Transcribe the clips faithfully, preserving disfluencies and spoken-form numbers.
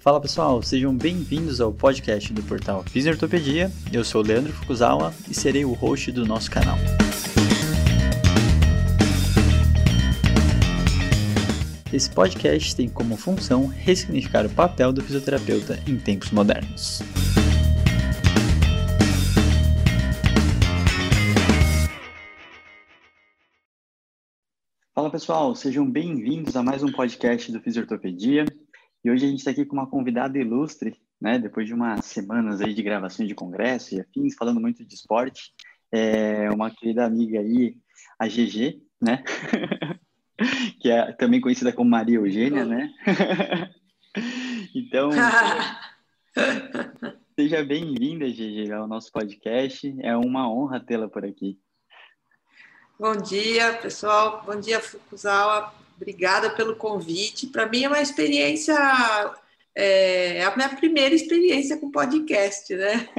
Fala pessoal, sejam bem-vindos ao podcast do portal Fisiortopedia. Eu sou o Leandro Fukuzawa e serei o host do nosso canal. Esse podcast tem como função ressignificar o papel do fisioterapeuta em tempos modernos. Fala pessoal, sejam bem-vindos a mais um podcast do Fisiortopedia. E hoje a gente está aqui com uma convidada ilustre, né? Depois de umas semanas aí de gravações de congresso e afins, falando muito de esporte. É uma querida amiga aí, a G G, né? Que é também conhecida como Maria Eugênia, né? Então, seja bem-vinda, G G, ao nosso podcast. É uma honra tê-la por aqui. Bom dia, pessoal. Bom dia, Fukuzawa. Obrigada pelo convite. Para mim é uma experiência, é a minha primeira experiência com podcast, né?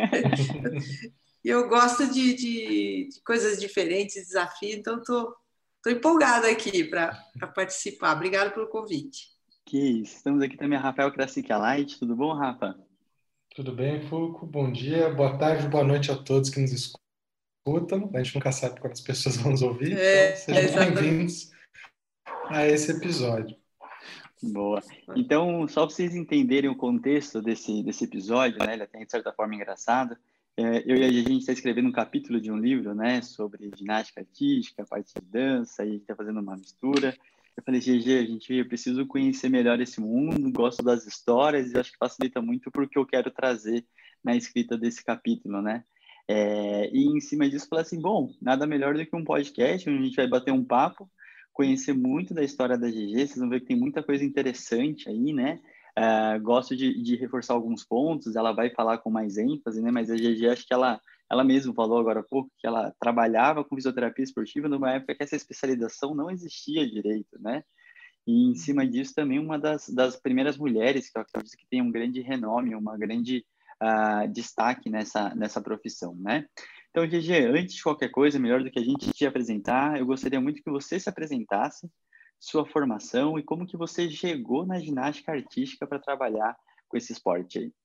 E eu gosto de, de, de coisas diferentes, desafios, então estou empolgada aqui para participar. Obrigada pelo convite. Que isso. Estamos aqui também a Rafael Krasikalait. Tudo bom, Rafa? Tudo bem, Fuku? Bom dia, boa tarde, boa noite a todos que nos escutam. A gente nunca sabe quantas pessoas vão nos ouvir, é, então sejam bem-vindos a esse episódio. Boa. Então, só para vocês entenderem o contexto desse, desse episódio, né? Ele até de certa forma engraçado. É, eu e a gente está escrevendo um capítulo de um livro, né? Sobre ginástica artística, parte de dança, e está fazendo uma mistura. Eu falei, G G, a gente, eu preciso conhecer melhor esse mundo, gosto das histórias, e acho que facilita muito porque eu quero trazer na escrita desse capítulo, né? É, e em cima disso, falei assim, bom, nada melhor do que um podcast, onde a gente vai bater um papo, conhecer muito da história da G G, vocês vão ver que tem muita coisa interessante aí, né? Uh, gosto de, de reforçar alguns pontos, ela vai falar com mais ênfase, né? Mas a G G, acho que ela, ela mesma falou agora há pouco que ela trabalhava com fisioterapia esportiva numa época que essa especialização não existia direito, né? E em cima disso também uma das, das primeiras mulheres que eu acredito que tem um grande renome, uma grande uh, destaque nessa, nessa profissão, né? Então, G G, antes de qualquer coisa, melhor do que a gente te apresentar, eu gostaria muito que você se apresentasse, sua formação e como que você chegou na ginástica artística para trabalhar com esse esporte aí.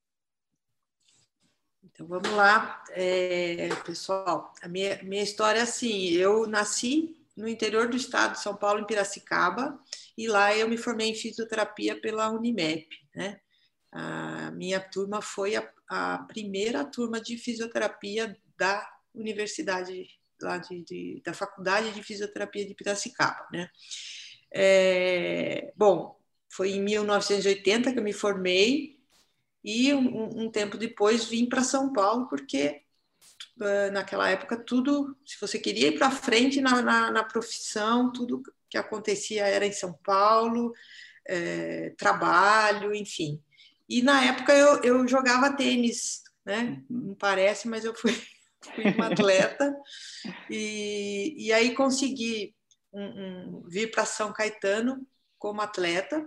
Então, vamos lá. É, pessoal, a minha, minha história é assim, eu nasci no interior do estado de São Paulo, em Piracicaba, e lá eu me formei em fisioterapia pela Unimep, né? A minha turma foi a, a primeira turma de fisioterapia da universidade, lá de, de, da Faculdade de Fisioterapia de Piracicaba, né? É, bom, foi em mil novecentos e oitenta que eu me formei e um, um tempo depois vim para São Paulo, porque uh, naquela época tudo, se você queria ir para frente na, na, na profissão, tudo que acontecia era em São Paulo, é, trabalho, enfim. E na época eu, eu jogava tênis, né? Não parece, mas eu fui, fui uma atleta e, e aí consegui um, um, vir para São Caetano como atleta.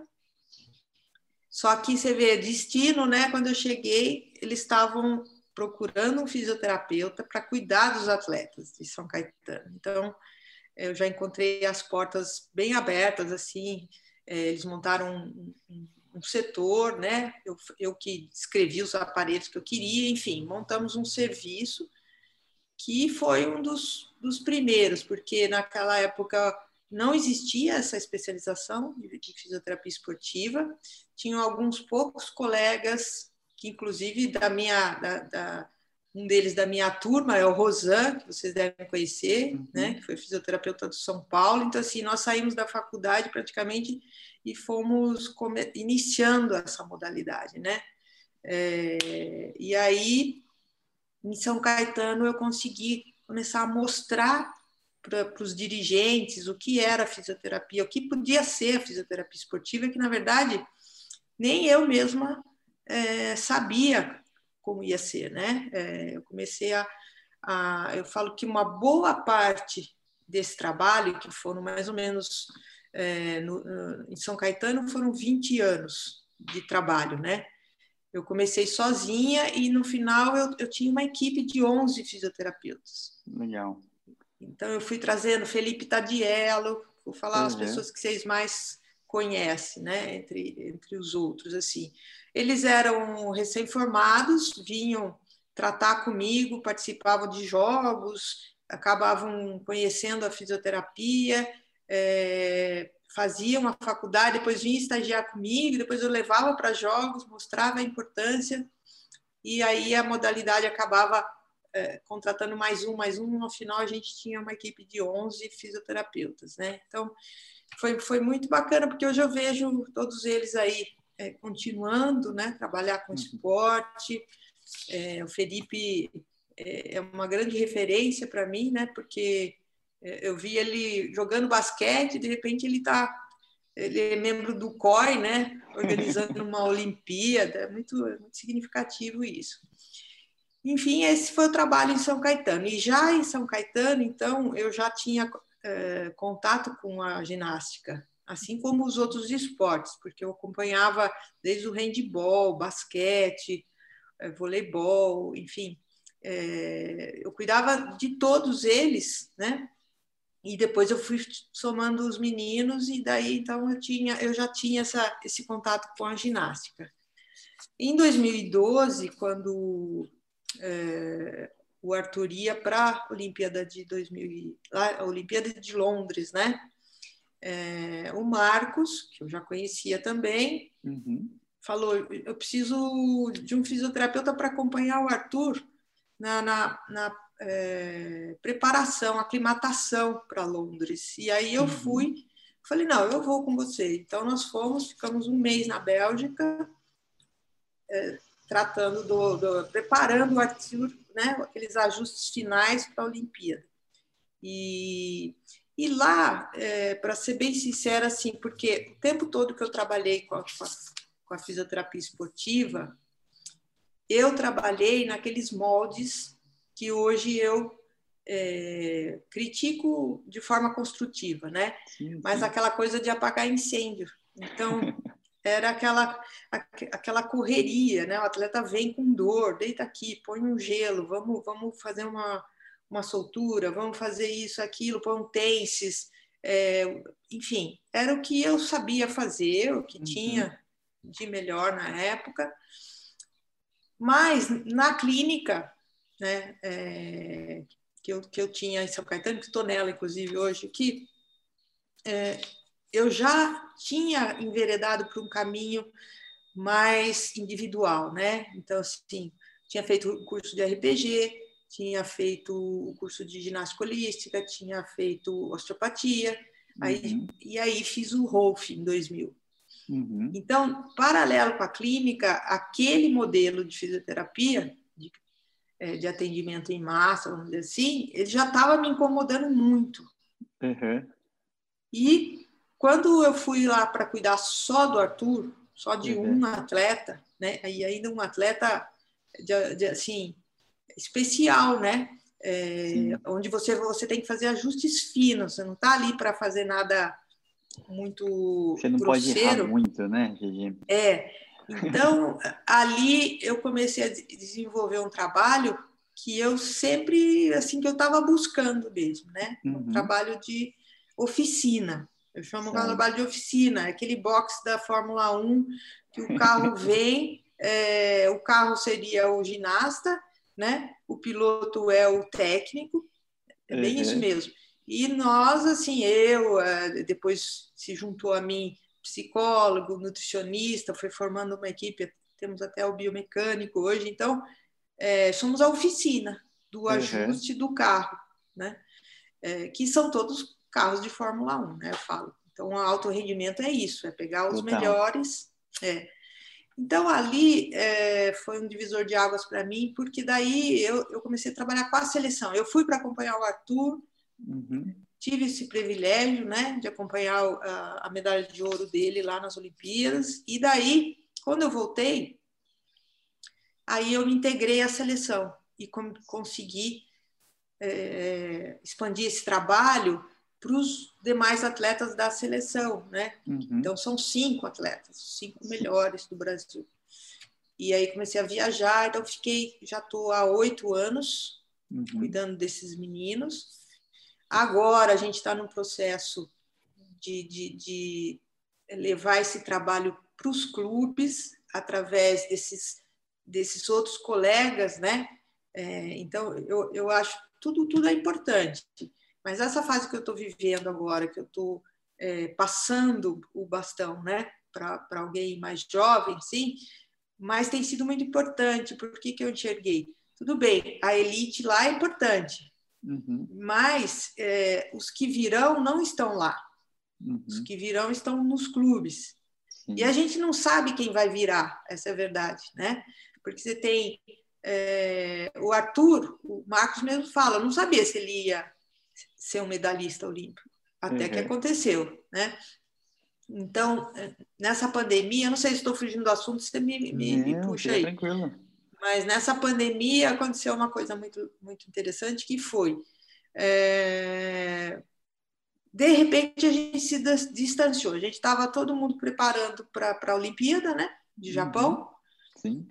Só que você vê, destino, né? Quando eu cheguei, eles estavam procurando um fisioterapeuta para cuidar dos atletas de São Caetano. Então, eu já encontrei as portas bem abertas, assim, eles montaram um, um um setor, né? Eu, eu que escrevi os aparelhos que eu queria, enfim, montamos um serviço que foi um dos, dos primeiros, porque naquela época não existia essa especialização de, de fisioterapia esportiva, tinham alguns poucos colegas, que inclusive da minha, da, da, um deles da minha turma é o Rosan, que vocês devem conhecer, uhum. né? Que foi fisioterapeuta de São Paulo, então assim, nós saímos da faculdade praticamente e fomos iniciando essa modalidade, né? É, e aí, em São Caetano, eu consegui começar a mostrar para os dirigentes o que era a fisioterapia, o que podia ser a fisioterapia esportiva, que, na verdade, nem eu mesma é, sabia como ia ser, né? É, eu comecei a, a... Eu falo que uma boa parte desse trabalho, que foram mais ou menos... É, no, em São Caetano foram vinte anos de trabalho, né? Eu comecei sozinha e no final eu, eu tinha uma equipe de onze fisioterapeutas. Legal. Então eu fui trazendo Felipe Tadiello, vou falar uhum. as pessoas que vocês mais conhece, né, entre, entre os outros, assim. Eles eram recém-formados, vinham tratar comigo, participavam de jogos, acabavam conhecendo a fisioterapia, é, faziam a faculdade, depois vinham estagiar comigo, depois eu levava para jogos, mostrava a importância, e aí a modalidade acabava é, contratando mais um, mais um, no final a gente tinha uma equipe de onze fisioterapeutas, né? Então, foi, foi muito bacana, porque hoje eu vejo todos eles aí é, continuando, né? Trabalhar com esporte. É, o Felipe é, é uma grande referência para mim, né? Porque é, eu vi ele jogando basquete, de repente ele está ele é membro do C O I, né? Organizando uma Olimpíada, é muito, é muito significativo isso. Enfim, esse foi o trabalho em São Caetano. E já em São Caetano, então, eu já tinha é, contato com a ginástica, assim como os outros esportes, porque eu acompanhava desde o handebol, basquete, é, voleibol, enfim. É, eu cuidava de todos eles, né? E depois eu fui somando os meninos e daí então eu tinha eu já tinha essa, esse contato com a ginástica. Em dois mil e doze, quando é, o Arthur ia para a Olimpíada de dois mil, a Olimpíada de Londres, né? É, o Marcos, que eu já conhecia também, uhum. falou: eu preciso de um fisioterapeuta para acompanhar o Arthur na, na, na é, preparação, aclimatação para Londres. E aí eu fui, uhum. falei, não, eu vou com você. Então nós fomos, ficamos um mês na Bélgica, é, tratando do, do, preparando o Arthur, né, aqueles ajustes finais para a Olimpíada. E, e lá, é, para ser bem sincera, assim, porque o tempo todo que eu trabalhei com a, com a, com a fisioterapia esportiva, eu trabalhei naqueles moldes que hoje eu é, critico de forma construtiva, né? Sim, sim. Mas aquela coisa de apagar incêndio. Então, era aquela, aquela correria, né? O atleta vem com dor, deita aqui, põe um gelo, vamos, vamos fazer uma, uma soltura, vamos fazer isso, aquilo, põe um tenses. É, enfim, era o que eu sabia fazer, o que uhum. tinha de melhor na época. Mas, na clínica, né, é, que, eu, que eu tinha em São Caetano, que estou nela, inclusive, hoje aqui, é, eu já tinha enveredado para um caminho mais individual, né? Então, assim, tinha feito o curso de R P G, tinha feito o curso de ginástica holística, tinha feito osteopatia, uhum. aí, e aí fiz o Rolf em dois mil. Uhum. Então, paralelo com a clínica, aquele modelo de fisioterapia, de, de atendimento em massa, vamos dizer assim, ele já estava me incomodando muito. Uhum. E quando eu fui lá para cuidar só do Arthur, só de uhum. um atleta, né? E ainda um atleta de, de, assim, especial, né? É, onde você, você tem que fazer ajustes finos, você não está ali para fazer nada muito Você não grosseiro. Pode errar muito, né, Gigi? É. Então, ali eu comecei a desenvolver um trabalho que eu sempre, assim, que eu estava buscando mesmo, né? Um uhum. trabalho de oficina. Eu chamo de trabalho de oficina, aquele box da Fórmula um, que o carro vem, é, o carro seria o ginasta, né? O piloto é o técnico, é bem uhum. isso mesmo. E nós, assim, eu, depois se juntou a mim psicólogo, nutricionista, foi formando uma equipe, temos até o biomecânico hoje, então é, somos a oficina do ajuste uhum. do carro, né? É, que são todos carros de Fórmula um, né? Eu falo. Então, o alto rendimento é isso, é pegar os Total. melhores. É. Então, ali é, foi um divisor de águas para mim, porque daí eu, eu comecei a trabalhar com a seleção. Eu fui para acompanhar o Arthur, uhum. tive esse privilégio, né, de acompanhar a, a medalha de ouro dele lá nas Olimpíadas, e daí, quando eu voltei, aí eu me integrei à seleção e com, consegui é, expandir esse trabalho para os demais atletas da seleção, né? Uhum. Então, são cinco atletas, cinco melhores do Brasil. E aí comecei a viajar, então fiquei, já estou há oito anos uhum. cuidando desses meninos. Agora a gente está num processo de, de, de levar esse trabalho para os clubes, através desses, desses outros colegas, né? É, então, eu, eu acho tudo, tudo é importante. Mas essa fase que eu estou vivendo agora, que eu estou é, passando o bastão, né, para alguém mais jovem, sim, mas tem sido muito importante. Por que que eu enxerguei? Tudo bem, a elite lá é importante, Uhum. mas é, os que virão não estão lá. Uhum. Os que virão estão nos clubes. Sim. E a gente não sabe quem vai virar, essa é a verdade, né? Porque você tem é, o Arthur, o Marcos mesmo fala, eu não sabia se ele ia ser um medalhista olímpico, até Uhum. que aconteceu, né? Então, nessa pandemia, eu não sei se estou fugindo do assunto, você me, me, me Não, puxa fica aí. tranquilo. Mas nessa pandemia aconteceu uma coisa muito, muito interessante, que foi... É... De repente, a gente se distanciou. A gente estava todo mundo preparando para a Olimpíada, né, de Japão. Uhum. Sim.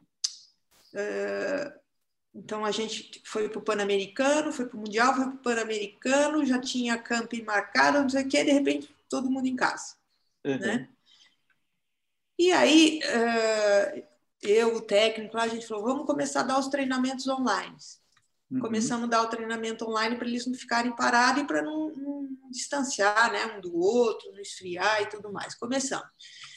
É... Então, a gente foi para o Pan-Americano, foi para o Mundial, foi para o Pan-Americano, já tinha camping marcado, não sei o quê, de repente, todo mundo em casa. Uhum. Né? E aí, eu, o técnico, a gente falou, vamos começar a dar os treinamentos online. Uhum. Começamos a dar o treinamento online para eles não ficarem parados e para não, não distanciar, né, um do outro, não esfriar e tudo mais. Começamos.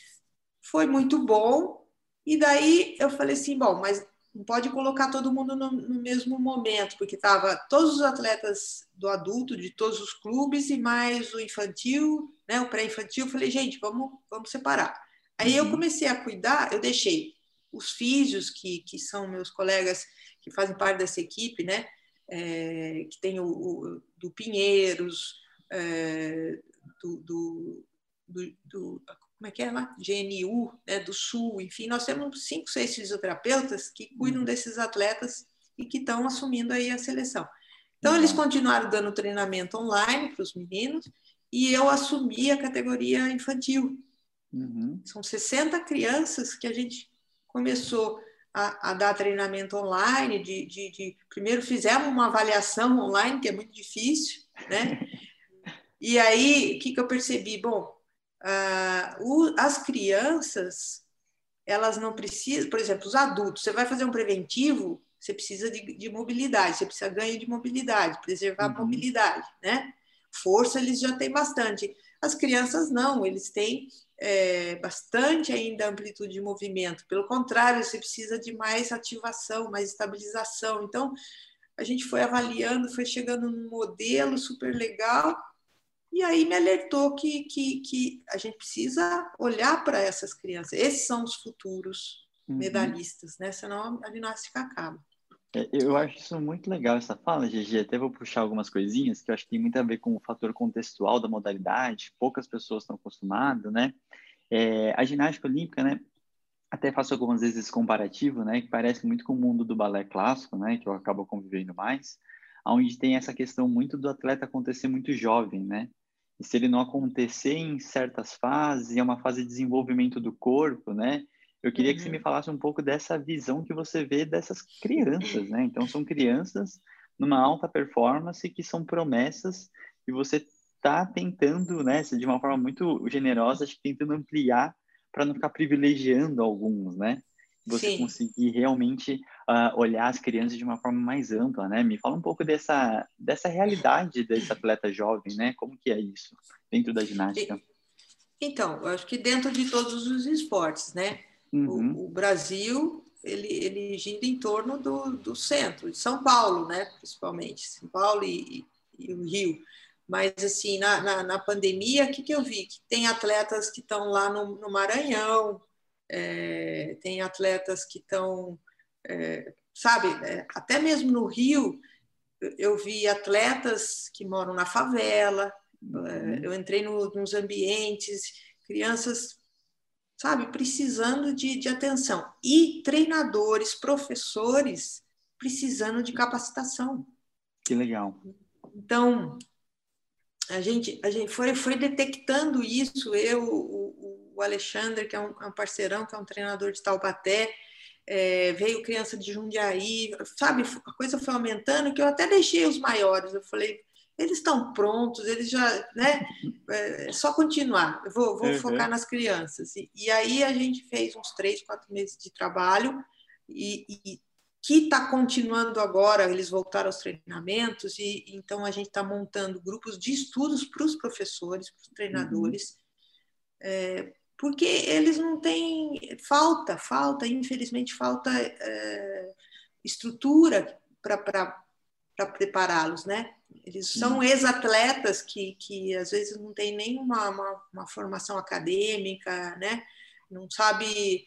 Foi muito bom. E daí eu falei assim, bom, mas não pode colocar todo mundo no, no mesmo momento, porque estava todos os atletas do adulto, de todos os clubes, e mais o infantil, né, o pré-infantil. Eu falei, gente, vamos, vamos separar. Aí eu comecei a cuidar, eu deixei os físios, que, que são meus colegas que fazem parte dessa equipe, né, é, que tem o, o do Pinheiros, é, do, do, do, do como é que é lá? G N U, né, do Sul, enfim, nós temos cinco, seis fisioterapeutas que cuidam desses atletas e que estão assumindo aí a seleção. Então, eles continuaram dando treinamento online para os meninos e eu assumi a categoria infantil. Uhum. São sessenta crianças que a gente começou a, a dar treinamento online. De, de, de... Primeiro fizemos uma avaliação online, que é muito difícil, né? E aí, o que, que eu percebi? Bom, Uh, o, as crianças, elas não precisam, por exemplo, os adultos, você vai fazer um preventivo, você precisa de, de mobilidade, você precisa ganhar de mobilidade, preservar a uhum. mobilidade, né? Força eles já têm bastante. As crianças não, eles têm é, bastante ainda amplitude de movimento. Pelo contrário, você precisa de mais ativação, mais estabilização. Então, a gente foi avaliando, foi chegando num modelo super legal. E aí me alertou que, que, que a gente precisa olhar para essas crianças. Esses são os futuros uhum. medalhistas, né? Senão a ginástica acaba. Eu acho isso muito legal, essa fala, Gigi. Até vou puxar algumas coisinhas que eu acho que tem muito a ver com o fator contextual da modalidade. Poucas pessoas estão acostumadas, né? É, a ginástica olímpica, né? Até faço algumas vezes esse comparativo, né? Que parece muito com o mundo do balé clássico, né? Que eu acabo convivendo mais. Onde tem essa questão muito do atleta acontecer muito jovem, né? E se ele não acontecer em certas fases, é uma fase de desenvolvimento do corpo, né? Eu queria uhum. que você me falasse um pouco dessa visão que você vê dessas crianças, né? Então, são crianças numa alta performance que são promessas e você está tentando, né? De uma forma muito generosa, acho que tentando ampliar para não ficar privilegiando alguns, né? Você Sim. conseguir realmente uh, olhar as crianças de uma forma mais ampla, né? Me fala um pouco dessa, dessa realidade desse atleta jovem, né? Como que é isso dentro da ginástica? Então, eu acho que dentro de todos os esportes, né? Uhum. O, o Brasil, ele, ele gira em torno do, do centro, de São Paulo, né? Principalmente, São Paulo e, e o Rio. Mas, assim, na, na, na pandemia, o que, que eu vi? Que tem atletas que estão lá no, no Maranhão, É, tem atletas que estão, é, sabe, é, até mesmo no Rio, eu vi atletas que moram na favela, uhum. é, eu entrei no, nos ambientes, crianças, sabe, precisando de, de atenção, e treinadores, professores, precisando de capacitação. Que legal. Então, a gente, a gente foi, foi detectando isso, eu, o, o Alexandre, que é um, é um parceirão, que é um treinador de Taubaté, é, veio criança de Jundiaí, sabe, a coisa foi aumentando, que eu até deixei os maiores, eu falei, eles estão prontos, eles já, né? É só continuar. Eu vou, vou uhum. focar nas crianças. E, e aí a gente fez uns três, quatro meses de trabalho e, e que está continuando agora. Eles voltaram aos treinamentos e então a gente está montando grupos de estudos para os professores, para os treinadores, uhum. é, porque eles não têm falta, falta, infelizmente falta é, estrutura para para prepará-los, né? Eles Sim. são ex-atletas que, que às vezes não tem nenhuma uma, uma formação acadêmica, né? Não sabe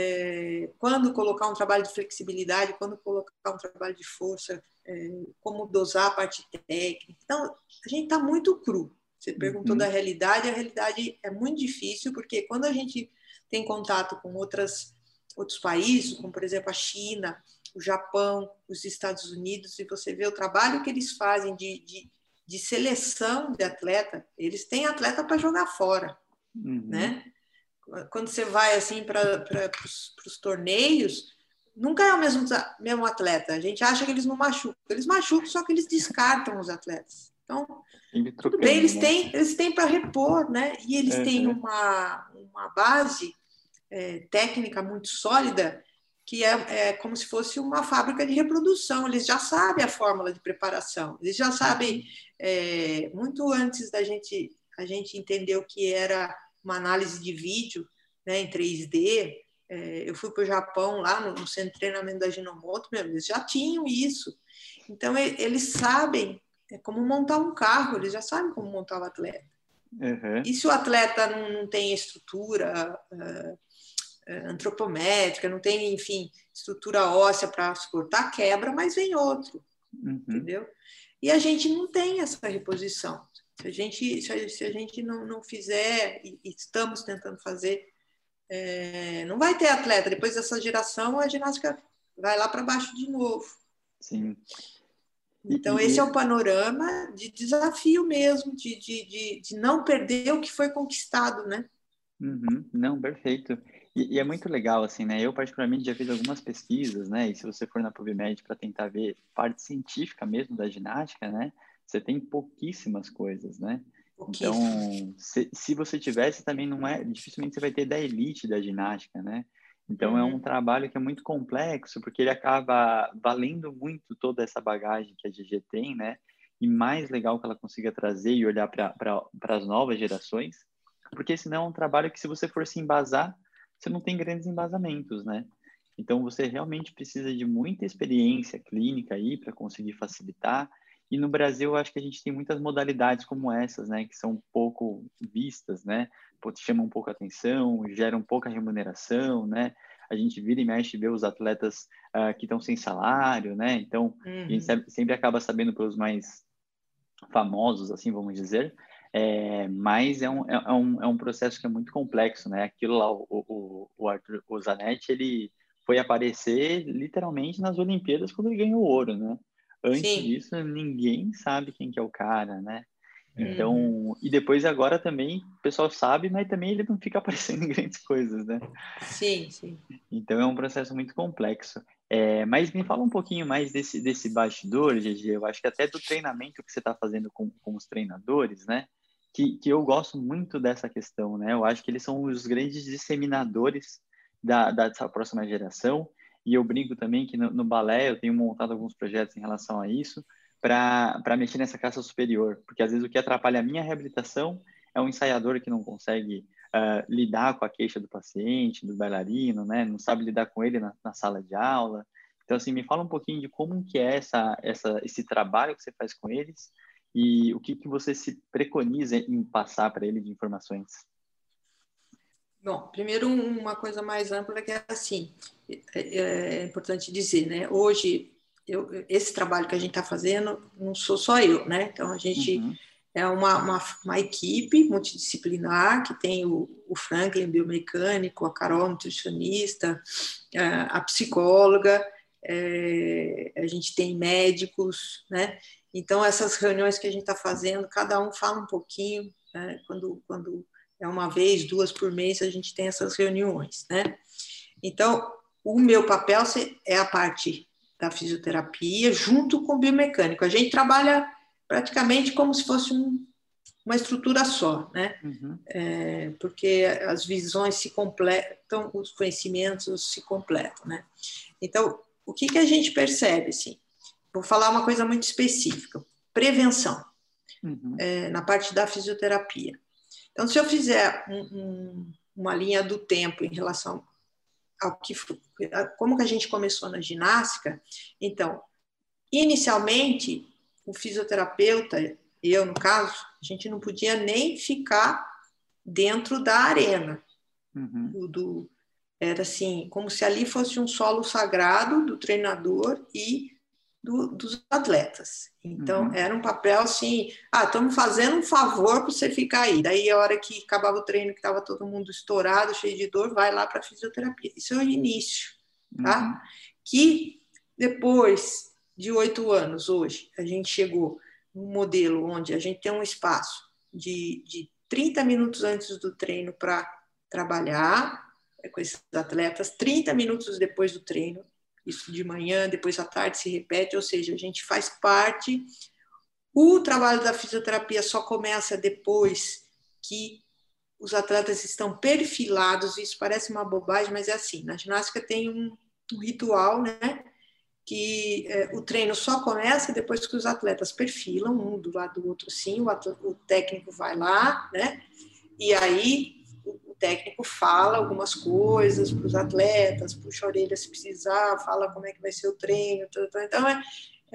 é, quando colocar um trabalho de flexibilidade, quando colocar um trabalho de força, é, como dosar a parte técnica. Então, a gente está muito cru. Você perguntou uhum. da realidade, a realidade é muito difícil, porque quando a gente tem contato com outras, outros países, como, por exemplo, a China, o Japão, os Estados Unidos, e você vê o trabalho que eles fazem de, de, de seleção de atleta, eles têm atleta para jogar fora, uhum. né? Quando você vai assim para os torneios, nunca é o mesmo, mesmo atleta. A gente acha que eles não machucam. Eles machucam, só que eles descartam os atletas. Então, trocando, tudo bem, eles têm, né? eles têm para repor, né? E eles uhum. têm uma, uma base é, técnica muito sólida, que é, é como se fosse uma fábrica de reprodução. Eles já sabem a fórmula de preparação, eles já sabem, é, muito antes da gente, a gente entender o que era uma análise de vídeo, né, em três D. É, eu fui para o Japão, lá no, no centro de treinamento da Ajinomoto, meu, eles já tinham isso. Então, eles sabem como montar um carro, eles já sabem como montar o atleta. Uhum. E se o atleta não, não tem estrutura uh, antropométrica, não tem, enfim, estrutura óssea para suportar, quebra, mas vem outro, uhum. entendeu? E a gente não tem essa reposição. Se a gente, se a, se a gente não, não fizer, e, e estamos tentando fazer, é, não vai ter atleta. Depois dessa geração, a ginástica vai lá para baixo de novo. Sim. Então, e, esse e... é o panorama de desafio mesmo, de, de, de, de não perder o que foi conquistado, né? Uhum. Não, perfeito. E, e é muito legal, assim, né? Eu, particularmente, já fiz algumas pesquisas, né? E se você for na PubMed para tentar ver parte científica mesmo da ginástica, né? Você tem pouquíssimas coisas, né? Então, se, se você tivesse, também não é... Dificilmente você vai ter da elite da ginástica, né? Então, uhum. é um trabalho que é muito complexo, porque ele acaba valendo muito toda essa bagagem que a G G tem, né? E mais legal que ela consiga trazer e olhar para as novas gerações, porque senão é um trabalho que, se você for se embasar, você não tem grandes embasamentos, né? Então, você realmente precisa de muita experiência clínica aí para conseguir facilitar. E no Brasil, eu acho que a gente tem muitas modalidades como essas, né? Que são pouco vistas, né? Chamam um pouco a atenção, geram pouca remuneração, né? A gente vira e mexe e vê os atletas uh, que estão sem salário, né? Então, uhum. a gente sempre acaba sabendo pelos mais famosos, assim, vamos dizer. É, mas é um, é, um, é um processo que é muito complexo, né? Aquilo lá, o, o, o Arthur o Zanetti, ele foi aparecer literalmente nas Olimpíadas quando ele ganhou ouro, né? Antes Sim. disso, ninguém sabe quem que é o cara, né? Então, uhum. e depois agora também o pessoal sabe, mas também ele não fica aparecendo em grandes coisas, né? Sim, sim. Então é um processo muito complexo. É, mas me fala um pouquinho mais desse, desse bastidor, G G. Eu acho que até do treinamento que você está fazendo com, com os treinadores, né? Que, que eu gosto muito dessa questão, né? Eu acho que eles são os grandes disseminadores da, dessa próxima geração. E eu brinco também que no, no balé eu tenho montado alguns projetos em relação a isso, para mexer nessa caça superior, porque às vezes o que atrapalha a minha reabilitação é um ensaiador que não consegue uh, lidar com a queixa do paciente, do bailarino, né? Não sabe lidar com ele na, na sala de aula. Então, assim, me fala um pouquinho de como que é essa, essa, esse trabalho que você faz com eles e o que, que você se preconiza em passar para ele de informações. Bom, primeiro uma coisa mais ampla que é assim, é, é importante dizer, né? Hoje, eu, esse trabalho que a gente está fazendo, não sou só eu, né? Então, a gente uhum. é uma, uma, uma equipe multidisciplinar que tem o, o Franklin, biomecânico, a Carol, nutricionista, a, a psicóloga, é, a gente tem médicos, né? Então, essas reuniões que a gente está fazendo, cada um fala um pouquinho, né? Quando... quando é uma vez, duas por mês, a gente tem essas reuniões, né? Então, o meu papel é a parte da fisioterapia junto com o biomecânico. A gente trabalha praticamente como se fosse um, uma estrutura só, né? Uhum. É, porque as visões se completam, os conhecimentos se completam, né? Então, o que, que a gente percebe, assim? Vou falar uma coisa muito específica. Prevenção, Uhum. é, na parte da fisioterapia. Então, se eu fizer um, um, uma linha do tempo em relação ao que, a, como que a gente começou na ginástica, então, inicialmente, o fisioterapeuta, eu no caso, a gente não podia nem ficar dentro da arena. Uhum. Do, do, era assim, como se ali fosse um solo sagrado do treinador e do, dos atletas. Então, Uhum. era um papel assim, ah, estamos fazendo um favor para você ficar aí. Daí, a hora que acabava o treino, que estava todo mundo estourado, cheio de dor, vai lá para a fisioterapia. Isso é o início, tá? Uhum. Que depois de oito anos, hoje, a gente chegou num modelo onde a gente tem um espaço de, de trinta minutos antes do treino para trabalhar com esses atletas, trinta minutos depois do treino, isso de manhã, depois à tarde se repete, ou seja, a gente faz parte. O trabalho da fisioterapia só começa depois que os atletas estão perfilados, isso parece uma bobagem, mas é assim, na ginástica tem um, um ritual, né, que é, o treino só começa depois que os atletas perfilam, um do lado do outro, sim, o, atleta, o técnico vai lá, né, e aí o técnico fala algumas coisas para os atletas, puxa a orelha se precisar, fala como é que vai ser o treino. Tudo, tudo. Então, é,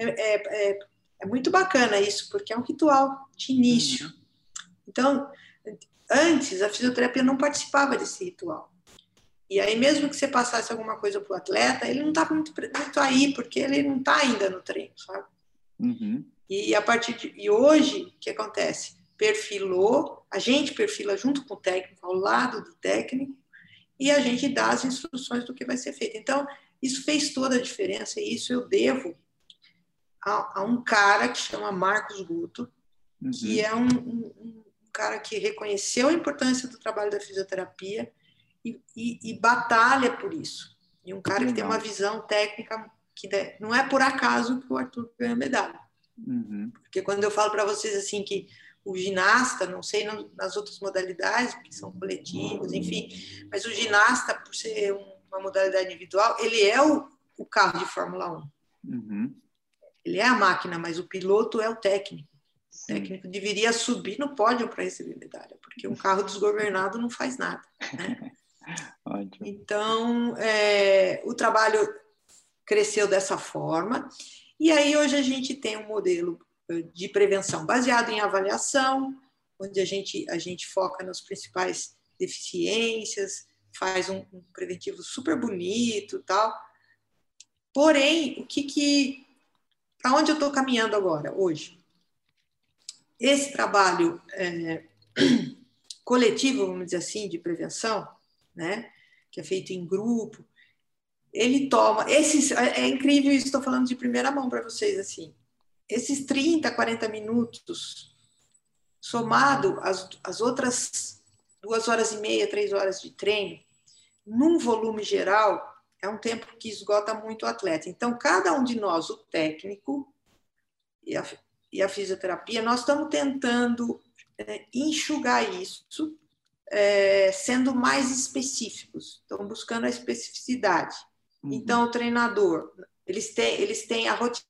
é, é, é muito bacana isso, porque é um ritual de início. Uhum. Então, antes, a fisioterapia não participava desse ritual. E aí, mesmo que você passasse alguma coisa para o atleta, ele não estava muito, muito aí, porque ele não está ainda no treino, sabe? Uhum. E, a partir de, e hoje, o que acontece? Perfilou, a gente perfila junto com o técnico, ao lado do técnico, e a gente dá as instruções do que vai ser feito. Então, isso fez toda a diferença, e isso eu devo a, a um cara que chama Marcos Guto, Uhum. que é um, um, um cara que reconheceu a importância do trabalho da fisioterapia e, e, e batalha por isso. E um cara que tem uma visão técnica que não é por acaso que o Arthur ganhou medalha. Uhum. Porque quando eu falo para vocês assim que o ginasta, não sei nas outras modalidades, que são coletivas, enfim, mas o ginasta, por ser uma modalidade individual, ele é o, o carro de Fórmula um. Uhum. Ele é a máquina, mas o piloto é o técnico. Sim. O técnico deveria subir no pódio para receber medalha, porque um carro desgovernado não faz nada, né? Ótimo. Então, é, o trabalho cresceu dessa forma, e aí hoje a gente tem um modelo de prevenção baseado em avaliação, onde a gente, a gente foca nas principais deficiências, faz um, um preventivo super bonito, tal. Porém, o que que, para onde eu estou caminhando agora, hoje? Esse trabalho é, coletivo, vamos dizer assim, de prevenção, né, que é feito em grupo, ele toma, esses, é incrível isso, estou falando de primeira mão para vocês, assim, esses trinta, quarenta minutos, somado às, às outras duas horas e meia, três horas de treino, num volume geral, é um tempo que esgota muito o atleta. Então, cada um de nós, o técnico e a, e a fisioterapia, nós estamos tentando é, enxugar isso, é, sendo mais específicos, estão buscando a especificidade. Uhum. Então, o treinador, eles têm, eles têm a rotina,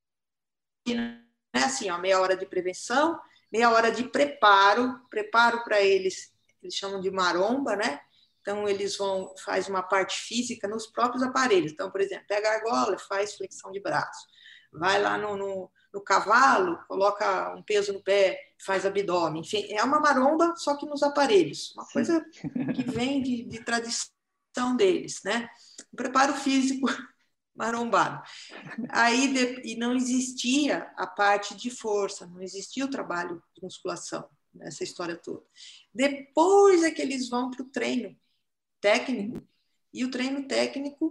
né, assim, ó, meia hora de prevenção, meia hora de preparo, preparo para eles, eles chamam de maromba, né? Então, eles vão, faz uma parte física nos próprios aparelhos. Então, por exemplo, pega a argola, faz flexão de braço. Vai lá no, no, no cavalo, coloca um peso no pé, faz abdômen. Enfim, é uma maromba, só que nos aparelhos. Uma Sim. coisa que vem de, de tradição deles, né? Um preparo físico marombado. Aí, de, e não existia a parte de força, não existia o trabalho de musculação, nessa história toda. Depois é que eles vão para o treino técnico, e o treino técnico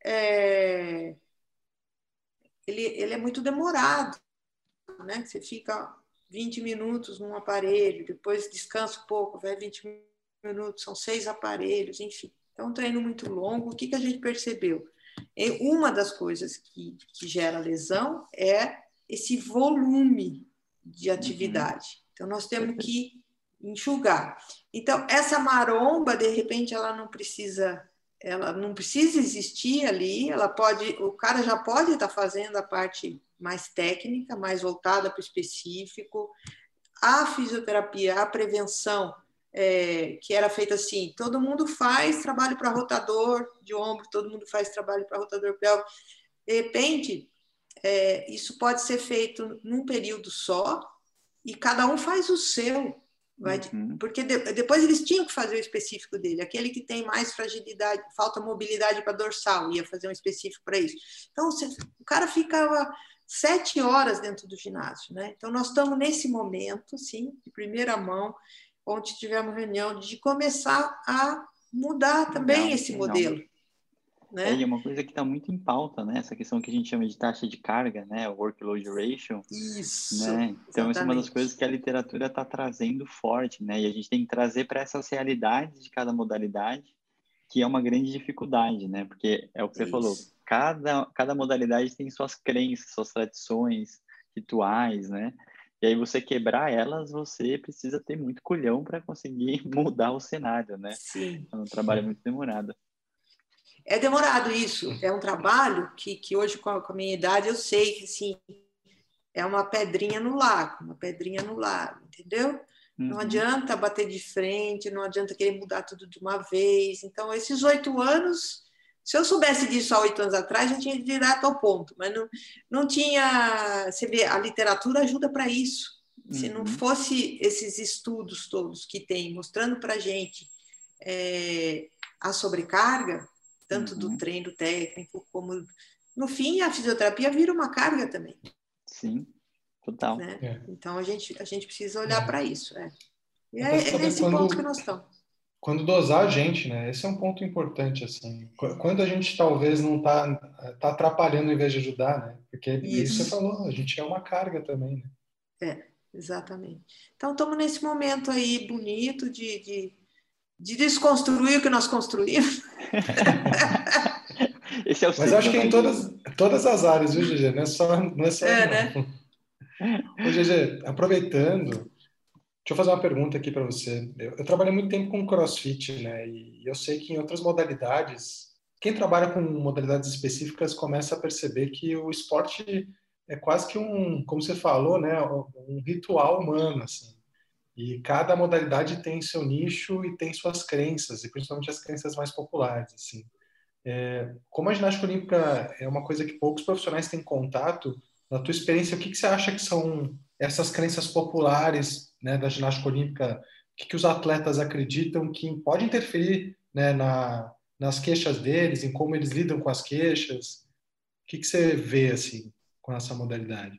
é, ele, ele é muito demorado, né? Você fica vinte minutos num aparelho, depois descansa um pouco, vai vinte minutos, são seis aparelhos, enfim. É um treino muito longo. O que, que a gente percebeu? Uma das coisas que, que gera lesão é esse volume de atividade. Uhum. Então, nós temos que enxugar. Então, essa maromba, de repente, ela não precisa, ela não precisa existir ali, ela pode, o cara já pode estar fazendo a parte mais técnica, mais voltada para o específico. A fisioterapia, a prevenção, é, que era feita assim, todo mundo faz trabalho para rotador de ombro, todo mundo faz trabalho para rotador pélvico. De repente, é, isso pode ser feito num período só e cada um faz o seu. Vai, uhum. Porque de, depois eles tinham que fazer o específico dele. Aquele que tem mais fragilidade, falta mobilidade para dorsal, ia fazer um específico para isso. Então, você, o cara ficava sete horas dentro do ginásio, né? Então, nós estamos nesse momento, sim, de primeira mão, onde tivemos reunião de começar a mudar também legal, esse legal. modelo. Né? É, e é uma coisa que está muito em pauta, né? Essa questão que a gente chama de taxa de carga, né? O workload ratio. Isso, né? Então, exatamente. essa é uma das coisas que a literatura está trazendo forte, né? E a gente tem que trazer para essas realidades de cada modalidade, que é uma grande dificuldade, né? Porque é o que você Isso. falou, cada, cada modalidade tem suas crenças, suas tradições, rituais, né? E aí você quebrar elas, você precisa ter muito culhão para conseguir mudar o cenário, né? Sim. É um trabalho muito demorado. É demorado isso, é um trabalho que, que hoje, com a, com a minha idade, eu sei que, assim, é uma pedrinha no lago, uma pedrinha no lago, entendeu? Uhum. Não adianta bater de frente, não adianta querer mudar tudo de uma vez. Então, esses oito anos, se eu soubesse disso há oito anos atrás, já tinha ido direto ao ponto, mas não, não tinha... Você vê, a literatura ajuda para isso. Uhum. Se não fosse esses estudos todos que tem, mostrando para a gente é, a sobrecarga, tanto uhum. do treino técnico como... No fim, a fisioterapia vira uma carga também. Sim, total. Né? É. Então, a gente, a gente precisa olhar é. para isso. É. E é, é nesse quando, ponto que nós estamos. Quando dosar a gente, né? Esse é um ponto importante. Assim. Quando a gente talvez não está tá atrapalhando em vez de ajudar, né? Porque isso. isso você falou, a gente é uma carga também. Né? É, exatamente. Então, estamos nesse momento aí bonito de... de de desconstruir o que nós construímos. Esse é o Mas acho que em todas, todas as áreas, viu, G G? Não é só, não é só é, não. Né? Ô, G G, aproveitando, deixa eu fazer uma pergunta aqui para você. Eu, eu trabalhei muito tempo com CrossFit, né? E eu sei que em outras modalidades, quem trabalha com modalidades específicas começa a perceber que o esporte é quase que um, como você falou, né? Um ritual humano, assim. E cada modalidade tem seu nicho e tem suas crenças, e principalmente as crenças mais populares. Assim. É, como a ginástica olímpica é uma coisa que poucos profissionais têm contato, na tua experiência, o que, que você acha que são essas crenças populares, né, da ginástica olímpica? O que, que os atletas acreditam que pode interferir, né, na, nas queixas deles, em como eles lidam com as queixas? O que, que você vê assim, com essa modalidade?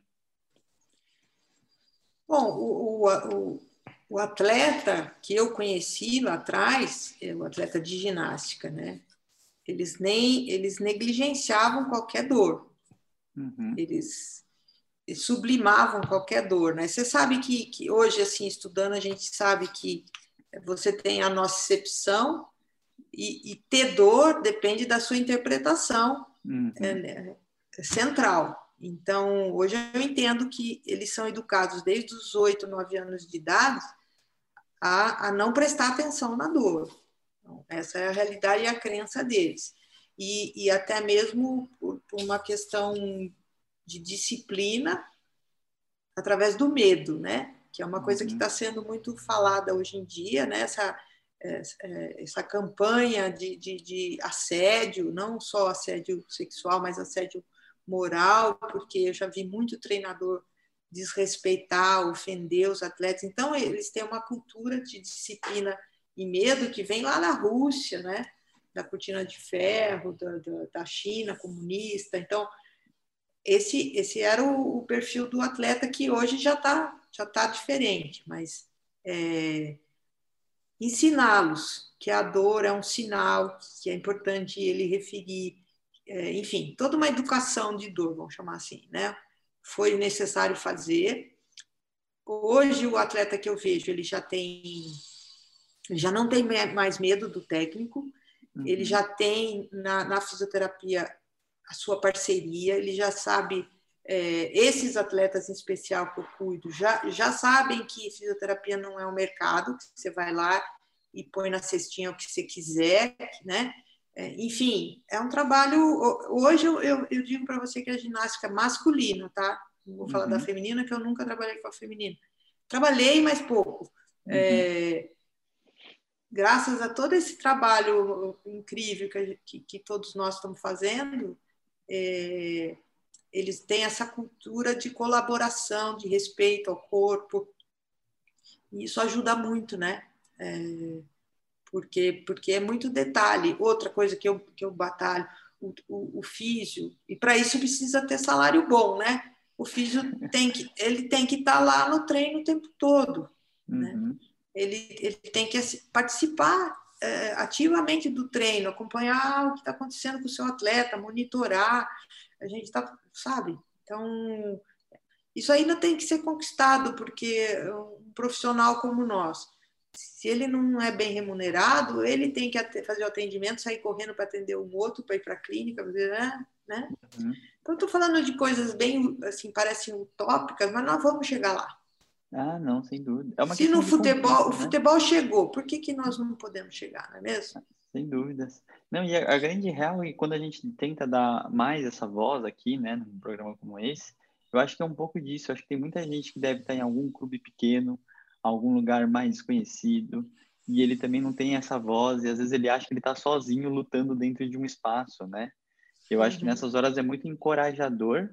Bom, o, o, o... O atleta que eu conheci lá atrás, é o atleta de ginástica, né? Eles nem eles negligenciavam qualquer dor. Uhum. Eles, eles sublimavam qualquer dor, né? Você sabe que, que hoje, assim, estudando, a gente sabe que você tem a nocicepção e, e ter dor depende da sua interpretação uhum. é, é central. Então, hoje eu entendo que eles são educados desde os oito, nove anos de idade a, a não prestar atenção na dor. Então, essa é a realidade e a crença deles. E, e até mesmo por, por uma questão de disciplina através do medo, né? Que é uma coisa que está sendo muito falada hoje em dia, né? Essa, essa campanha de, de, de assédio, não só assédio sexual, mas assédio moral, porque eu já vi muito treinador desrespeitar, ofender os atletas. Então, eles têm uma cultura de disciplina e medo que vem lá da Rússia, né? Da cortina de ferro, da, da China comunista. Então, esse, esse era o, o perfil do atleta que hoje já está já tá diferente, mas é, ensiná-los que a dor é um sinal, que é importante ele referir, é, enfim, toda uma educação de dor, vamos chamar assim, né? Foi necessário fazer. Hoje, o atleta que eu vejo, ele já tem, ele já não tem mais medo do técnico, uhum. Ele já tem na, na fisioterapia a sua parceria, ele já sabe É, esses atletas em especial que eu cuido já, já sabem que fisioterapia não é um mercado, que você vai lá e põe na cestinha o que você quiser, né? É, enfim, é um trabalho... Hoje eu, eu, eu digo para você que a ginástica masculina, tá? Não vou falar Uhum. da feminina, que eu nunca trabalhei com a feminina. Trabalhei, mas pouco. Uhum. É, graças a todo esse trabalho incrível que, que, que todos nós estamos fazendo, é, eles têm essa cultura de colaboração, de respeito ao corpo, e isso ajuda muito, né? É, porque, porque é muito detalhe. Outra coisa que eu, que eu batalho, o, o, o físio, e para isso precisa ter salário bom, né? O físio tem que, ele tem que estar lá no treino o tempo todo, né? Uhum. Ele, ele tem que participar é, ativamente do treino, acompanhar o que está acontecendo com o seu atleta, monitorar. A gente está, sabe? Então, isso ainda tem que ser conquistado, porque um profissional como nós, se ele não é bem remunerado, ele tem que fazer o atendimento, sair correndo para atender um outro, para ir para a clínica, né? Uhum. Então, estou falando de coisas bem, assim, parecem utópicas, mas nós vamos chegar lá. Ah, não, sem dúvida. É uma Se questão no de futebol, conquista, o né? futebol chegou, por que, que nós não podemos chegar, não é mesmo? Sem dúvidas. Não, e a, a grande real é que quando a gente tenta dar mais essa voz aqui, né, num programa como esse, eu acho que é um pouco disso. Eu acho que tem muita gente que deve estar em algum clube pequeno, algum lugar mais desconhecido, e ele também não tem essa voz, e às vezes ele acha que ele está sozinho lutando dentro de um espaço, né? Eu acho que Uhum. nessas horas é muito encorajador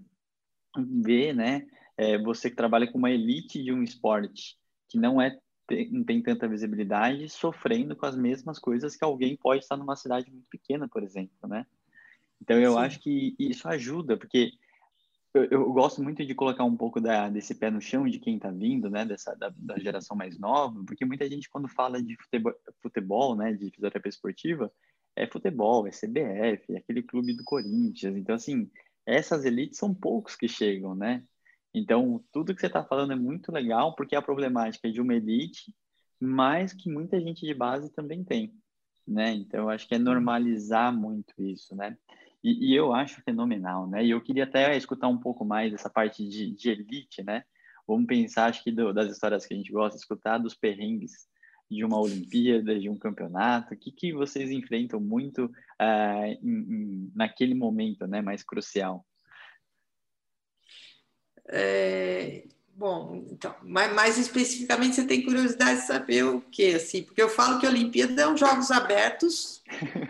ver, né, é, você que trabalha com uma elite de um esporte que não é não tem tanta visibilidade, sofrendo com as mesmas coisas que alguém pode estar numa cidade muito pequena, por exemplo, né? Então eu Sim. acho que isso ajuda, porque eu, eu gosto muito de colocar um pouco da, desse pé no chão de quem está vindo, né, dessa da, da geração mais nova, porque muita gente quando fala de futebol, futebol, né, de fisioterapia esportiva, é futebol, é C B F, é aquele clube do Corinthians. Então assim, essas elites são poucos que chegam, né? Então tudo que você está falando é muito legal, porque a problemática é de uma elite, mas que muita gente de base também tem, né? Então eu acho que é normalizar muito isso, né? E, e eu acho fenomenal, né? E eu queria até escutar um pouco mais dessa parte de, de elite, né? Vamos pensar, acho que do, das histórias que a gente gosta de escutar, dos perrengues de uma Olimpíada, de um campeonato. O que, que vocês enfrentam muito uh, em, em, naquele momento, né? Mais crucial. É, bom, então, mais, mais especificamente, você tem curiosidade de saber o quê? Assim, porque eu falo que a Olimpíada é um jogos abertos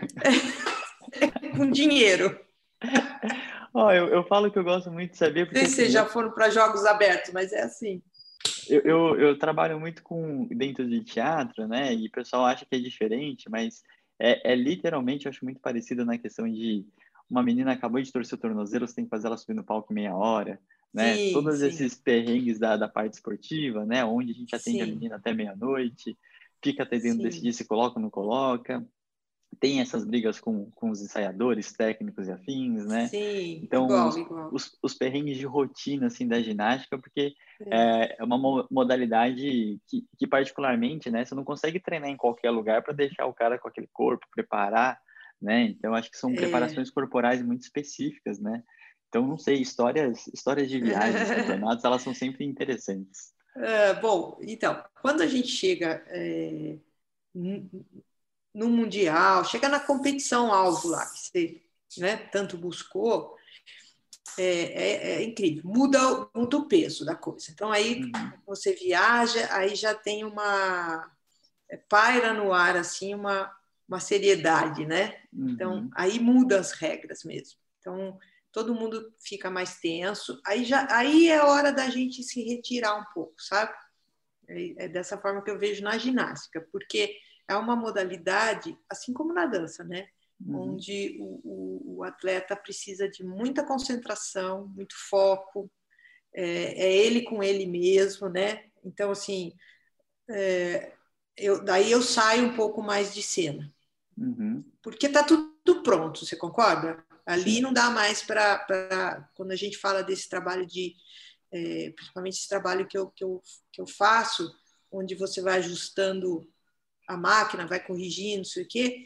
com dinheiro. Oh, eu, eu falo que eu gosto muito de saber, porque Não sei se vocês assim, já eu, foram para jogos abertos, mas é assim. eu, eu, eu trabalho muito com dentro de teatro, né? E o pessoal acha que é diferente, mas é, é literalmente, eu acho muito parecido na questão de uma menina acabou de torcer o tornozelo, você tem que fazer ela subir no palco em meia hora, né? Sim, Todos sim, esses perrengues da, da parte esportiva, né? Onde a gente atende a sim, menina até meia-noite, fica atendendo decidir sim, se coloca ou não coloca, tem essas brigas com, com os ensaiadores técnicos e afins, né? sim, Então, igual, os, igual. os, os perrengues de rotina, assim, da ginástica, porque É, é, é uma mo- modalidade que, que, particularmente, né, você não consegue treinar em qualquer lugar para deixar o cara com aquele corpo, preparar, né? Então, acho que são é. preparações corporais muito específicas, né? Então, não sei, histórias, histórias de viagens, campeonatos, elas são sempre interessantes. É, bom, então, quando a gente chega é, no Mundial, chega na competição alvo lá, que você, né, tanto buscou, é, é, é incrível, muda, muda o peso da coisa. Então, aí Uhum, você viaja, aí já tem uma... paira no ar, assim, uma, uma seriedade, né? Então, uhum, aí muda as regras mesmo. Então, todo mundo fica mais tenso. Aí, já, aí é hora da gente se retirar um pouco, sabe? É, é dessa forma que eu vejo na ginástica, porque é uma modalidade, assim como na dança, né? uhum. Onde o, o, o atleta precisa de muita concentração, muito foco, é, é ele com ele mesmo, né? Então, assim, é, eu, daí eu saio um pouco mais de cena, Uhum. porque está tudo pronto, você concorda? Ali Sim. não dá mais para, quando a gente fala desse trabalho de, é, principalmente esse trabalho que eu, que, eu, que eu faço, onde você vai ajustando a máquina, vai corrigindo, não sei o quê.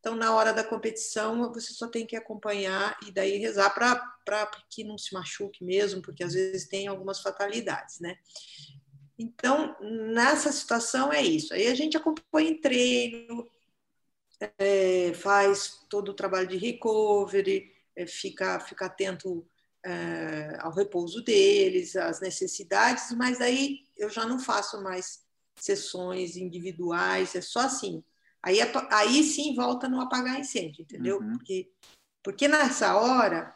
Então, na hora da competição, você só tem que acompanhar e daí rezar para que não se machuque mesmo, porque às vezes tem algumas fatalidades, né? Então, nessa situação é isso. Aí a gente acompanha em treino, é, faz todo o trabalho de recovery, é, fica, fica atento é, ao repouso deles, às necessidades, mas aí eu já não faço mais sessões individuais, é só assim. Aí, aí sim volta no apagar incêndio, entendeu? Uhum. Porque, porque nessa hora,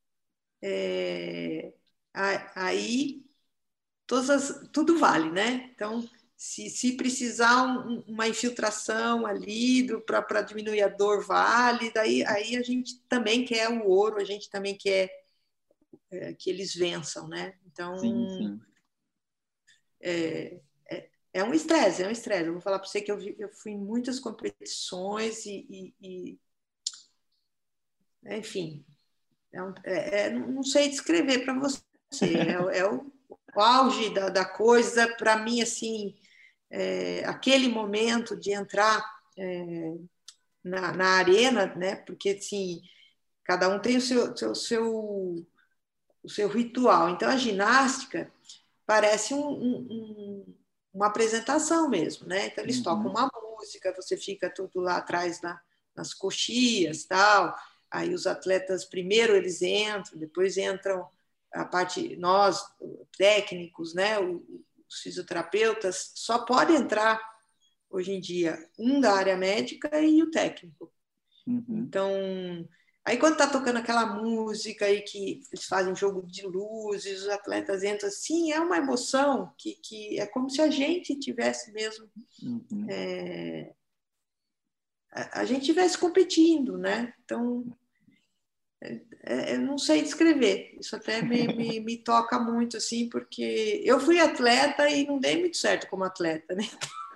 é, aí todas as, tudo vale, né? Então, se, se precisar um, uma infiltração ali para diminuir a dor, vale. Daí, aí a gente também quer o ouro, a gente também quer é, que eles vençam, né? Então, Sim, sim. É, é, é um estresse, é um estresse. Eu vou falar para você que eu, vi, eu fui em muitas competições e, e, e enfim, é um, é, é, não sei descrever para você. É, é o, o auge da, da coisa para mim, assim, é, aquele momento de entrar é, na, na arena, né? Porque assim, cada um tem o seu, seu, seu, o seu ritual. Então a ginástica parece um, um, uma apresentação mesmo, né? Então eles tocam Uhum. uma música, você fica tudo lá atrás na, nas coxias, tal. Aí os atletas primeiro eles entram, depois entram a parte nós técnicos, né? Os fisioterapeutas só pode entrar hoje em dia um da área médica e o técnico. Uhum. Então, aí quando tá tocando aquela música aí que eles fazem jogo de luzes, os atletas entram assim, é uma emoção que, que é como se a gente tivesse mesmo Uhum. é, a, a gente tivesse competindo, né? Então, é, eu não sei descrever. Isso até me, me, me toca muito, assim, porque eu fui atleta e não dei muito certo como atleta, né?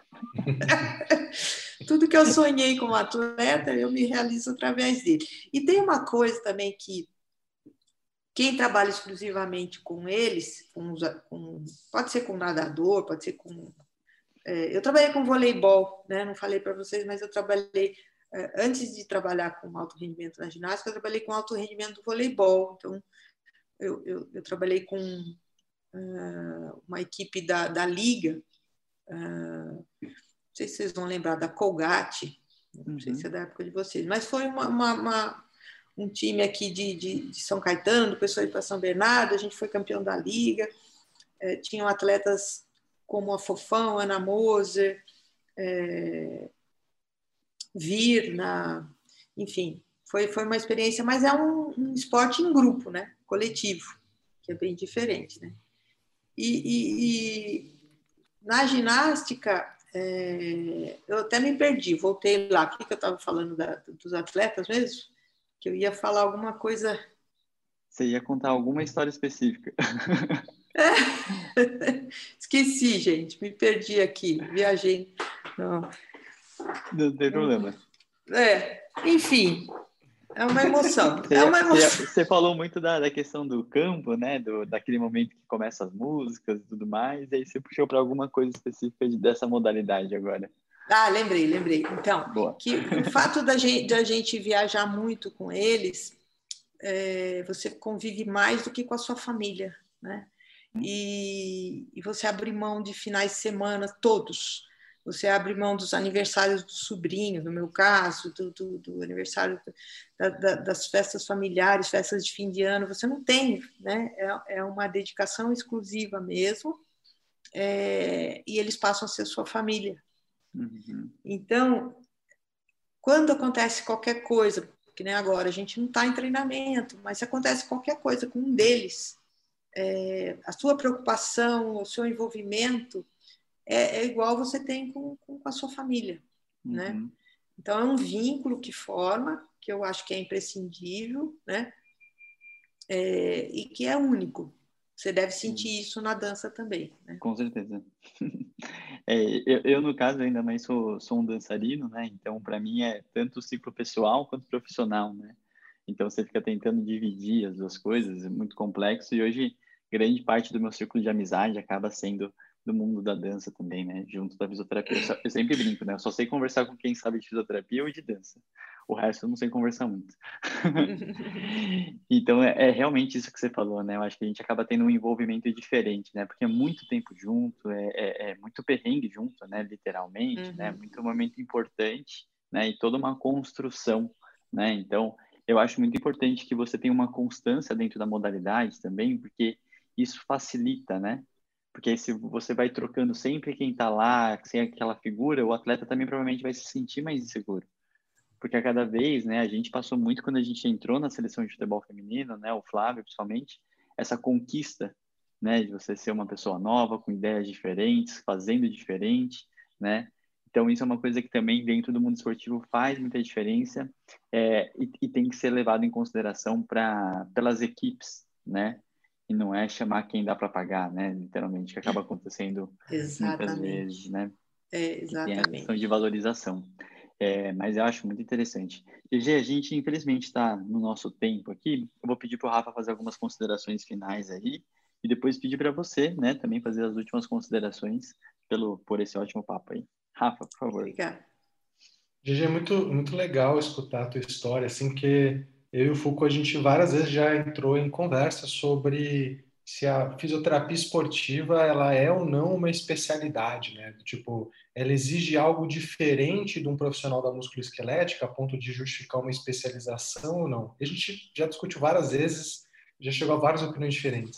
Tudo que eu sonhei como atleta, eu me realizo através dele. E tem uma coisa também que quem trabalha exclusivamente com eles, com, com, pode ser com nadador, pode ser com... É, eu trabalhei com voleibol, né? Não falei para vocês, mas eu trabalhei, é, antes de trabalhar com alto rendimento na ginástica, eu trabalhei com alto rendimento do voleibol. Então, eu, eu, eu trabalhei com uh, uma equipe da, da Liga, uh, não sei se vocês vão lembrar, da Colgate, não sei se é da época de vocês, mas foi uma, uma, uma, um time aqui de, de, de São Caetano, do pessoal de São Bernardo, a gente foi campeão da Liga, é, tinham atletas como a Fofão, Ana Moser, é, Virna, enfim, foi, foi uma experiência, mas é um, um esporte em grupo, né? Coletivo, que é bem diferente, né? E, e, e na ginástica, é, eu até me perdi, voltei lá. O que, que eu estava falando da, dos atletas mesmo? Que eu ia falar alguma coisa... Você ia contar alguma história específica. É. Esqueci, gente, me perdi aqui, viajei. Não, Não tem problema. É, enfim, é uma emoção. Você, é uma emoção. Você falou muito da, da questão do campo, né? Do, daquele momento que começam as músicas e tudo mais, e aí você puxou para alguma coisa específica de, dessa modalidade agora. Ah, lembrei, lembrei. Então, Boa. que o fato da gente, da gente viajar muito com eles, é, você convive mais do que com a sua família, né? E, e você abre mão de finais de semana todos. Você abre mão dos aniversários do sobrinho, no meu caso, do, do, do aniversário da, da, das festas familiares, festas de fim de ano. Você não tem, né? É, é uma dedicação exclusiva mesmo, é, e eles passam a ser sua família. Uhum. Então, quando acontece qualquer coisa, que nem agora, a gente não está em treinamento, mas se acontece qualquer coisa com um deles, é, a sua preocupação, o seu envolvimento é, é igual você tem com, com a sua família, Uhum. né? Então, é um vínculo que forma, que eu acho que é imprescindível, né? É, e que é único. Você deve sentir Sim. isso na dança também, né? Com certeza. É, eu, eu, no caso, ainda mais sou, sou um dançarino, né? Então, para mim, é tanto o ciclo pessoal quanto profissional, né? Então, você fica tentando dividir as duas coisas, é muito complexo. E hoje, grande parte do meu círculo de amizade acaba sendo do mundo da dança também, né? Junto da fisioterapia. Eu, só, eu sempre brinco, né? Eu só sei conversar com quem sabe de fisioterapia ou de dança. O resto eu não sei conversar muito. Então, é, é realmente isso que você falou, né? Eu acho que a gente acaba tendo um envolvimento diferente, né? Porque é muito tempo junto, é, é, é muito perrengue junto, né? Literalmente, né? Uhum. Muito momento importante, né? E toda uma construção, né? Então, eu acho muito importante que você tenha uma constância dentro da modalidade também, porque isso facilita, né? Porque aí se você vai trocando sempre quem tá lá, sem aquela figura, o atleta também provavelmente vai se sentir mais inseguro. Porque a cada vez, né, a gente passou muito quando a gente entrou na seleção de futebol feminino, né, o Flávio principalmente, essa conquista, né, de você ser uma pessoa nova, com ideias diferentes, fazendo diferente, né, então isso é uma coisa que também dentro do mundo esportivo faz muita diferença, é, e, e tem que ser levado em consideração para pelas equipes, né, e não é chamar quem dá para pagar, né, literalmente, que acaba acontecendo muitas vezes, Exatamente. né, É, que tem a questão de exatamente. valorização. É, mas eu acho muito interessante. G G, a gente infelizmente está no nosso tempo aqui. Eu vou pedir para o Rafa fazer algumas considerações finais aí e depois pedir para você, né, também fazer as últimas considerações pelo por esse ótimo papo aí. Rafa, por favor. Obrigada. G G, é muito, muito legal escutar a tua história, assim, que eu e o Foucault, a gente várias vezes já entrou em conversa sobre se a fisioterapia esportiva, ela é ou não uma especialidade, né? Tipo, ela exige algo diferente de um profissional da musculoesquelética a ponto de justificar uma especialização ou não. E a gente já discutiu várias vezes, já chegou a várias opiniões diferentes.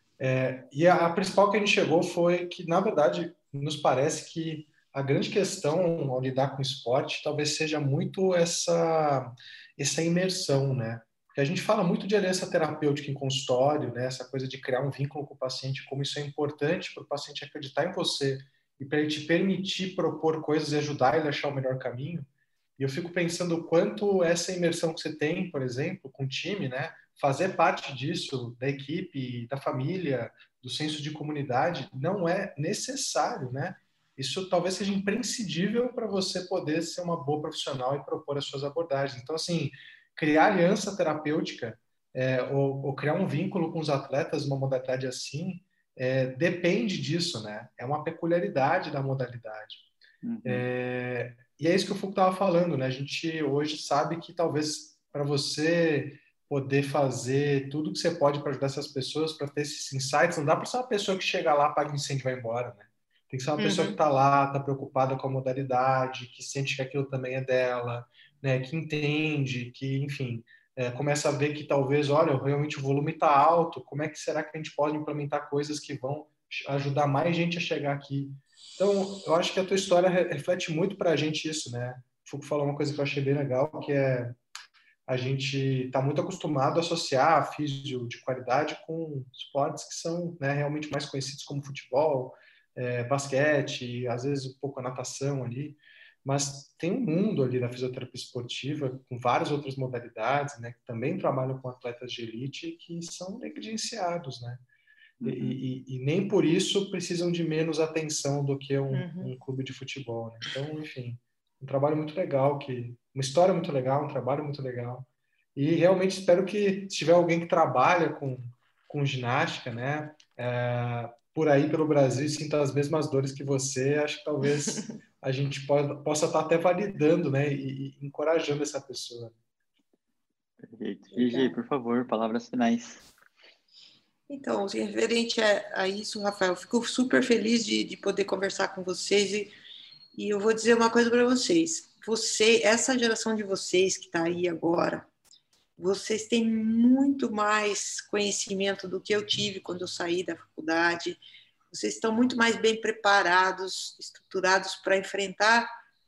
É, e a, a principal que a gente chegou foi que, na verdade, nos parece que a grande questão ao lidar com esporte talvez seja muito essa, essa imersão, né? Porque a gente fala muito de aliança terapêutica em consultório, né? Essa coisa de criar um vínculo com o paciente, como isso é importante para o paciente acreditar em você e para ele te permitir propor coisas e ajudar ele a achar o melhor caminho. E eu fico pensando o quanto essa imersão que você tem, por exemplo, com o time, né? Fazer parte disso, da equipe, da família, do senso de comunidade, não é necessário, né? Isso talvez seja imprescindível para você poder ser uma boa profissional e propor as suas abordagens. Então, assim, criar aliança terapêutica é, ou, ou criar um vínculo com os atletas, uma modalidade assim, é, depende disso, né? É uma peculiaridade da modalidade. Uhum. É, e é isso que o Foucault estava falando, né? A gente hoje sabe que talvez para você poder fazer tudo que você pode para ajudar essas pessoas, para ter esses insights, não dá para ser uma pessoa que chega lá, apaga o incêndio e vai embora, né? Tem que ser uma pessoa que Uhum. está lá, está preocupada com a modalidade, que sente que aquilo também é dela, né? Que entende, que, enfim, é, começa a ver que talvez, olha, realmente o volume está alto, como é que será que a gente pode implementar coisas que vão ajudar mais gente a chegar aqui? Então, eu acho que a tua história reflete muito para a gente isso, né? O Foucault falou uma coisa que eu achei bem legal, que é a gente está muito acostumado a associar a físio de qualidade com esportes que são, né, realmente mais conhecidos como futebol, é, basquete, às vezes um pouco a natação ali, mas tem um mundo ali da fisioterapia esportiva com várias outras modalidades, né, que também trabalham com atletas de elite que são negligenciados, né? E, Uhum. e, e nem por isso precisam de menos atenção do que um, Uhum. um clube de futebol, né? Então, enfim, um trabalho muito legal, que uma história muito legal, um trabalho muito legal. E realmente espero que se tiver alguém que trabalha com, com ginástica, né, é, por aí pelo Brasil e sinta as mesmas dores que você, acho que talvez a gente pode, possa estar até validando, né, e, e encorajando essa pessoa. Perfeito. G G, Legal. por favor, palavras finais. Então, referente a, a isso, Rafael, eu fico super feliz de, de poder conversar com vocês e, e eu vou dizer uma coisa para vocês. Você, essa geração de vocês que está aí agora, vocês têm muito mais conhecimento do que eu tive quando eu saí da faculdade. Vocês estão muito mais bem preparados, estruturados para enfrentar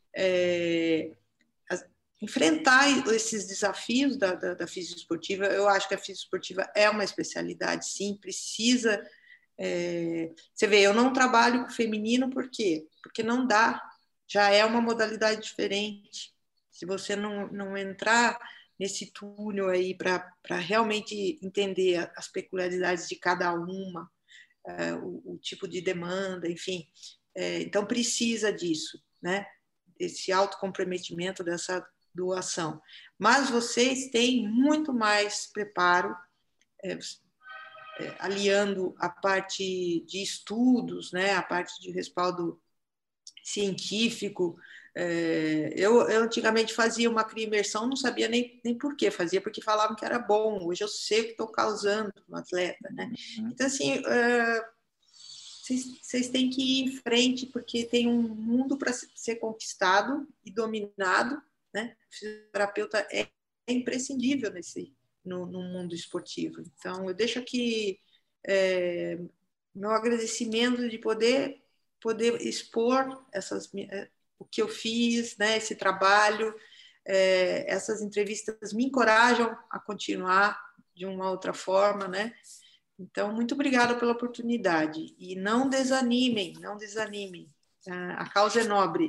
é, enfrentar esses desafios da, da, da fisioesportiva. Eu acho que a fisioesportiva é uma especialidade, sim, precisa. É... Você vê, eu não trabalho com feminino, por quê? Porque não dá, já é uma modalidade diferente. Se você não, não entrar nesse túnel aí para realmente entender as peculiaridades de cada uma, é, o, o tipo de demanda, enfim, é, então precisa disso, né? Esse autocomprometimento, dessa doação. Mas vocês têm muito mais preparo, é, é, aliando a parte de estudos, né, a parte de respaldo científico, É, eu, eu antigamente fazia uma cria-imersão, não sabia nem, nem por que fazia, porque falavam que era bom. Hoje eu sei o que estou causando no atleta, né? Uhum. Então, assim, vocês uh, têm que ir em frente, porque tem um mundo para ser conquistado e dominado, né? O fisioterapeuta é, é imprescindível nesse, no, no mundo esportivo. Então, eu deixo aqui é, meu agradecimento de poder, poder expor essas o que eu fiz, né, esse trabalho, é, essas entrevistas me encorajam a continuar de uma outra forma, né? Então, muito obrigada pela oportunidade. E não desanimem, não desanimem. A causa é nobre.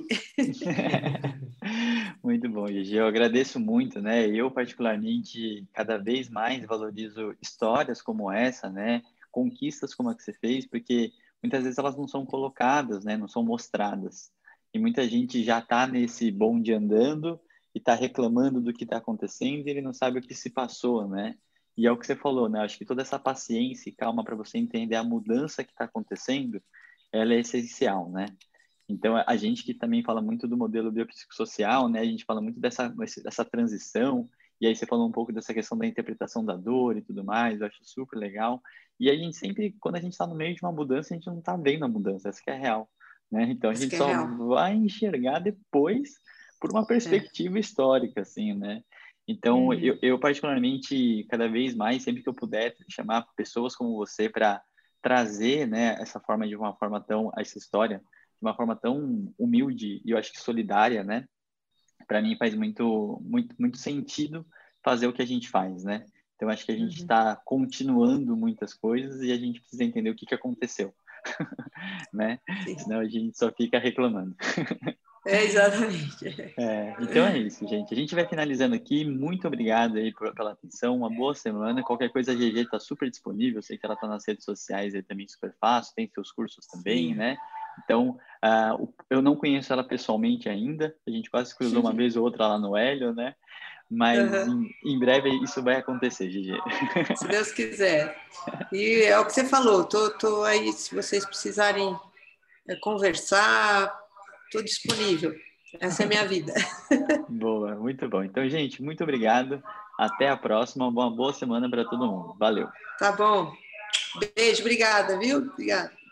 Muito bom, Gigi. Eu agradeço muito, né? Eu, particularmente, cada vez mais valorizo histórias como essa, né? Conquistas como a que você fez, porque muitas vezes elas não são colocadas, né? Não são mostradas. E muita gente já está nesse bonde andando e está reclamando do que está acontecendo e ele não sabe o que se passou, né? E é o que você falou, né? Acho que toda essa paciência e calma para você entender a mudança que está acontecendo, ela é essencial, né? Então, a gente que também fala muito do modelo biopsicossocial, né? A gente fala muito dessa, dessa transição, e aí você falou um pouco dessa questão da interpretação da dor e tudo mais, eu acho super legal. E a gente sempre, quando a gente está no meio de uma mudança, a gente não está vendo a mudança, essa que é real, né? Então, a Isso gente que é só real. vai enxergar depois por uma perspectiva é. histórica, assim, né? Então, uhum. eu, eu particularmente, cada vez mais, sempre que eu puder, chamar pessoas como você para trazer, né, essa forma de uma forma tão, essa história, de uma forma tão humilde e eu acho que solidária, né? Para mim faz muito, muito, muito sentido fazer o que a gente faz, né? Então acho que a gente está uhum. continuando muitas coisas e a gente precisa entender o que, que aconteceu, né? Sim. Senão a gente só fica reclamando. É, exatamente. É, então é isso, gente. A gente vai finalizando aqui. Muito obrigado aí por, pela atenção. Uma boa semana. Qualquer coisa, a G G está super disponível. Eu sei que ela está nas redes sociais aí também super fácil. Tem seus cursos também, Sim. né? Então, uh, eu não conheço ela pessoalmente ainda. A gente quase cruzou uma vez ou outra lá no Hélio, né? Mas uhum. em, em breve isso vai acontecer, G G. Se Deus quiser. E é o que você falou. Tô, tô aí, se vocês precisarem conversar, estou disponível. Essa é a minha vida. Boa, muito bom. Então, gente, muito obrigado. Até a próxima. Uma boa semana para todo mundo. Valeu. Tá bom. Beijo, obrigada, viu? Obrigada.